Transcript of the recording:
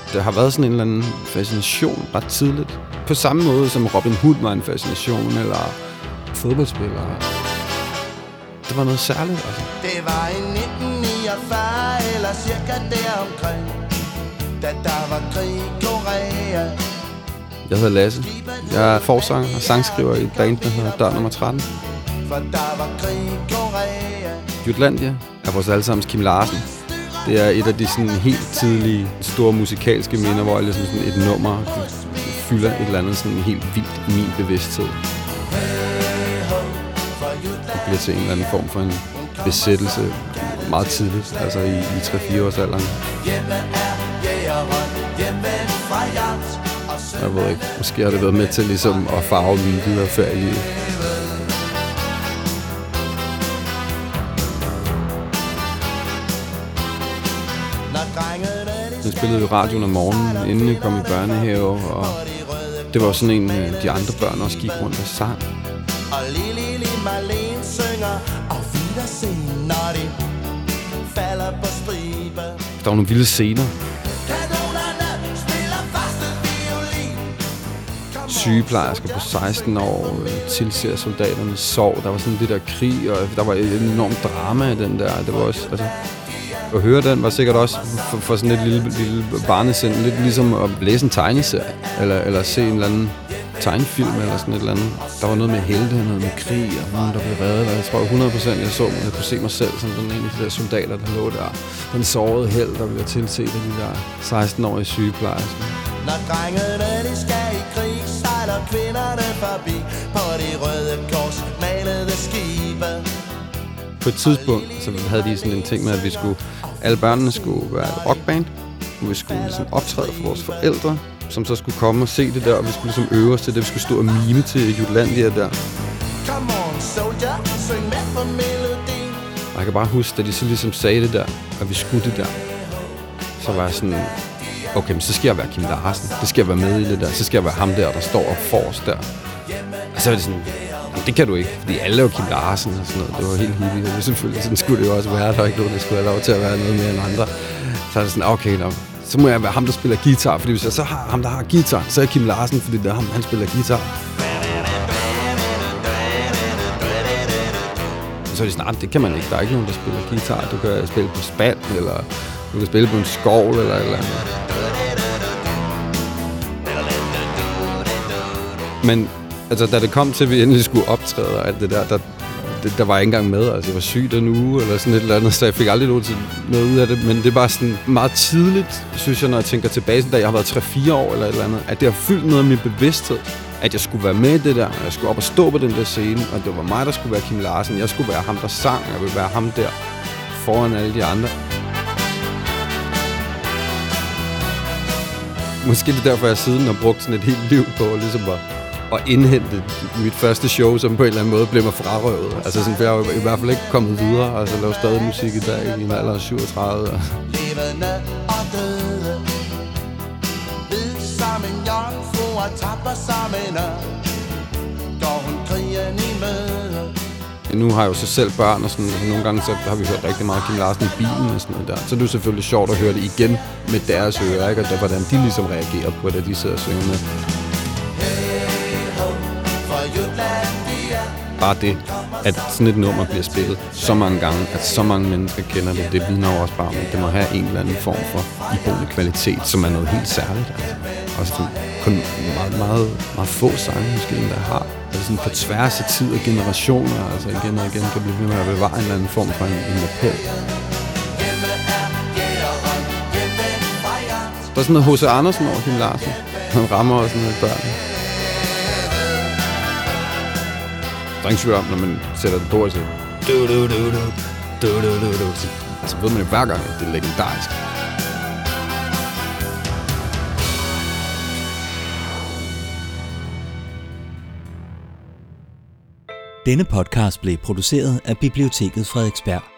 Der har været sådan en eller anden fascination ret tidligt. På samme måde som Robin Hood var en fascination, eller fodboldspillere. Det var noget særligt, altså. Det var i 1949 eller cirka deromkring, da der var krig i Korea. Jeg hedder Lasse. Jeg er forsanger og sangskriver i et band, der hedder Dør nummer 13. For der var krig i Korea. Jutlandia er vores allesammens Kim Larsen. Det er et af de sådan helt tidlige, store musikalske minder, hvor ligesom sådan et nummer fylder et eller andet sådan helt vildt i min bevidsthed. Og bliver til en eller anden form for en besættelse meget tidligt, altså i 3-4 års alderen. Jeg ved ikke, måske har det været med til ligesom at farve mine videre før i livet. Jeg spillede i radioen om morgenen, inden jeg kom i børnehave, og det var sådan en, de andre børn også gik rundt og sang. Og Lili Marlene synger, og wiedersehen, når de falder på stribe. Der var nogle vilde scener. Sygeplejersker på 16 år tilser soldaternes sorg. Der var sådan det der krig, og der var et enormt drama i den der. Det var også, altså, at høre den var sikkert også for sådan et lille barnesind, lidt ligesom at læse en tegneserie, eller se en eller anden tegnefilm eller sådan et eller andet. Der var noget med helte, noget med krig, og nogen, der blev reddet. Jeg tror 100% jeg kunne se mig selv som den ene af de der soldater, der lå der. Den sårede held, der blev tilset af de der 16-årige sygeplejersker. Når drengene de skal i krig, sejler kvinderne forbi på de røde kors malede skibe. På et tidspunkt så havde de sådan en ting med, at alle børnene skulle være et rockband, og vi skulle ligesom optræde for vores forældre, som så skulle komme og se det der, og vi skulle ligesom øve os til det, vi skulle stå og mime til Jutlandia der. Come on, soldier, syng med på melodien. Og jeg kan bare huske, da de så ligesom sagde det der, og vi skulle det der, så var jeg sådan, okay, men så skal jeg være Kim Larsen, det skal jeg være med i det der, så skal jeg være ham der står og forrest der. Og så var det sådan, det kan du ikke, fordi alle er jo Kim Larsen og sådan noget. Det var helt hippie, og det selvfølgelig, sådan skulle det jo også være. Der er ikke nogen, der skulle have lov til at være noget mere end andre. Så er det sådan, okay, så må jeg være ham, der spiller guitar, fordi hvis jeg så har ham, der har guitar, så er jeg Kim Larsen, fordi det er ham, han spiller guitar. Så er det sådan, det kan man ikke, der er ikke nogen, der spiller guitar. Du kan spille på spand, eller du kan spille på en skovl, eller et eller andet. Men altså, da det kom til, at vi endelig skulle optræde og alt det der var jeg ikke engang med. Altså, jeg var syg den uge, eller sådan et eller andet, så jeg fik aldrig noget ud af det. Men det er bare sådan meget tidligt, synes jeg, når jeg tænker tilbage, da jeg har været 3-4 år eller et eller andet, at det har fyldt noget af min bevidsthed, at jeg skulle være med i det der, og jeg skulle op og stå på den der scene, og det var mig, der skulle være Kim Larsen. Jeg skulle være ham, der sang, jeg ville være ham der foran alle de andre. Måske det er derfor, jeg siden har brugt sådan et helt liv på ligesom at indhente mit første show, som på en eller anden måde blev mig frarøvet. Altså sådan, for jeg er i hvert fald ikke kommet videre, altså laver stadig musik i dag i en alder af 37. Levende og døde, hvid som en jomfru og tapper som en ørn, går hun krigen i møde. Nu har jeg jo så selv børn, og sådan, nogle gange så har vi hørt rigtig meget Kim Larsen i bilen og sådan noget der. Så det er jo selvfølgelig sjovt at høre det igen med deres ører, ikke? Og det, hvordan de ligesom reagerer på det, de sidder og synger med. Bare det, at sådan et nummer bliver spillet så mange gange, at så mange mennesker kender det, det vidner jo også bare om, at det må have en eller anden form for iboende kvalitet, som er noget helt særligt. Altså. Og sådan, kun meget få sange måske, der har. Altså sådan på tværs af tid og generationer, altså igen og igen kan blive ved med at bevare en eller anden form for en appel. Der er sådan noget H.C. Andersen over Kim Larsen. Han rammer også sådan noget børn. Der er ingen tvivl om, når man sætter det på og siger altså ved man jo hver gang, at det er legendarisk. Denne podcast blev produceret af Biblioteket Frederiksberg.